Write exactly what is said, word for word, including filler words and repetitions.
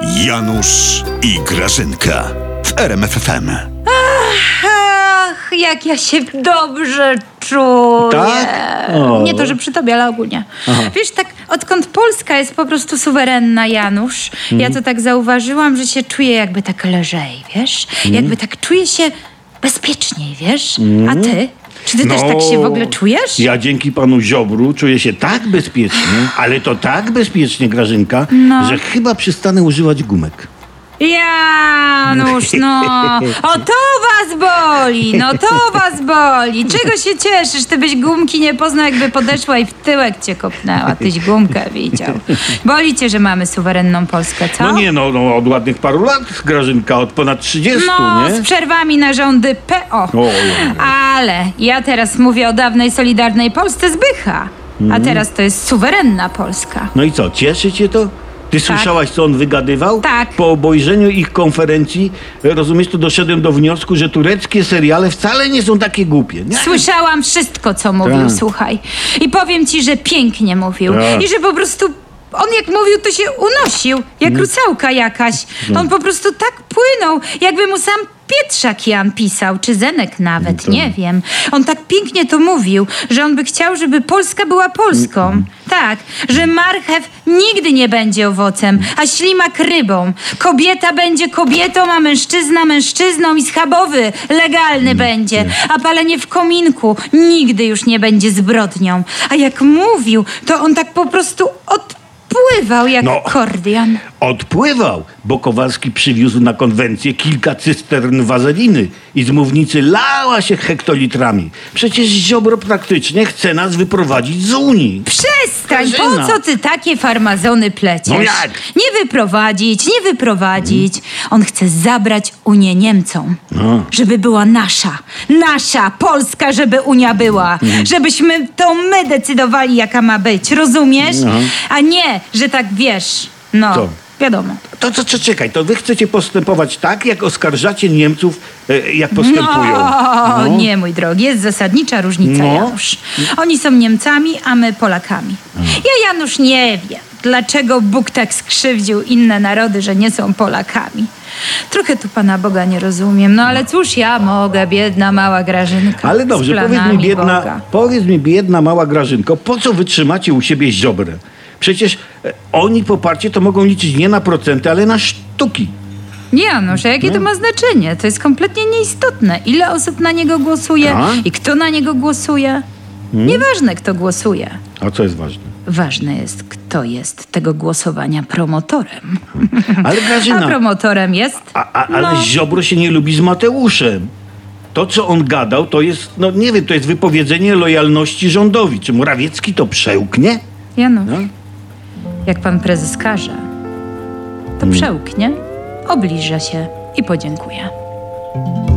Janusz i Grażynka w R M F F M. Ach, jak ja się dobrze czuję. Tak? O. Nie to, że przy tobie, ale ogólnie. Aha. Wiesz, tak odkąd Polska jest po prostu suwerenna, Janusz, Mhm. ja to tak zauważyłam, że się czuję jakby tak lżej, wiesz? Mhm. Jakby tak czuję się bezpieczniej, wiesz? A ty? Czy ty też tak się w ogóle czujesz? Ja dzięki panu Ziobru czuję się tak bezpiecznie, ale to tak bezpiecznie, Grażynka, No. że chyba przestanę używać gumek. Janusz, no, o to was boli, no to was boli. Czego się cieszysz? Ty byś gumki nie poznał, jakby podeszła i w tyłek cię kopnęła. Tyś gumkę widział. Boli cię, że mamy suwerenną Polskę, co? No nie, no, no od ładnych paru lat, Grażynka, od ponad trzydziestu, No, nie? z przerwami na rządy P O. O, ja. Ale ja teraz mówię o dawnej, solidarnej Polsce Zbycha. A teraz to jest suwerenna Polska. No i co, cieszy cię to? Ty słyszałaś, co on wygadywał? Tak. Po obejrzeniu ich konferencji, rozumiesz, to doszedłem do wniosku, że tureckie seriale wcale nie są takie głupie. Nie? Słyszałam wszystko, co mówił, Tak. słuchaj. I powiem ci, że pięknie mówił. Tak. I że po prostu on jak mówił, to się unosił, jak Mm. rusałka jakaś. On po prostu tak płynął, jakby mu sam Pietrzak Jan pisał, czy Zenek nawet, nie wiem. On tak pięknie to mówił, że on by chciał, żeby Polska była Polską. Mm. Tak, że marchew nigdy nie będzie owocem, a ślimak rybą. Kobieta będzie kobietą, a mężczyzna mężczyzną i schabowy legalny będzie. A palenie w kominku nigdy już nie będzie zbrodnią. A jak mówił, to on tak po prostu odpływał jak No. kordian. Odpływał, bo Kowalski przywiózł na konwencję kilka cystern wazeliny i z mównicy lała się hektolitrami. Przecież Ziobro praktycznie chce nas wyprowadzić z Unii. Przestań, po Grażyna. co ty takie farmazony pleciesz? No jak? Nie wyprowadzić, nie wyprowadzić. On chce zabrać Unię Niemcom. No. Żeby była nasza, nasza, Polska, żeby Unia była. Mhm. Żebyśmy to my decydowali, jaka ma być, rozumiesz? No. A nie, że tak wiesz, no, Co? wiadomo. To co, co, czekaj, to wy chcecie postępować tak, jak oskarżacie Niemców, e, jak postępują. No, nie, mój drogi, jest zasadnicza różnica, No. Janusz. Oni są Niemcami, a my Polakami. Ja, Janusz, nie wiem, dlaczego Bóg tak skrzywdził inne narody, że nie są Polakami. Trochę tu Pana Boga nie rozumiem, no ale cóż ja mogę, biedna mała Grażynka. Ale dobrze, z powiedz mi, planami biedna, Boga. powiedz mi, biedna mała Grażynko, po co wytrzymacie u siebie Ziobrę? Przecież e, oni poparcie to mogą liczyć nie na procenty, ale na sztuki. Nie, Janusz, a jakie to ma znaczenie? To jest kompletnie nieistotne. Ile osób na niego głosuje Tak? i kto na niego głosuje. Nieważne, kto głosuje. A co jest ważne? Ważne jest, kto jest tego głosowania promotorem. Ale A Grażyna, promotorem jest... a, a, ale no, Ziobro się nie lubi z Mateuszem. To, co on gadał, to jest, no nie wiem, to jest wypowiedzenie lojalności rządowi. Czy Morawiecki to przełknie? Janusz, No? jak pan prezes każe, to przełknie, obliża się i podziękuje.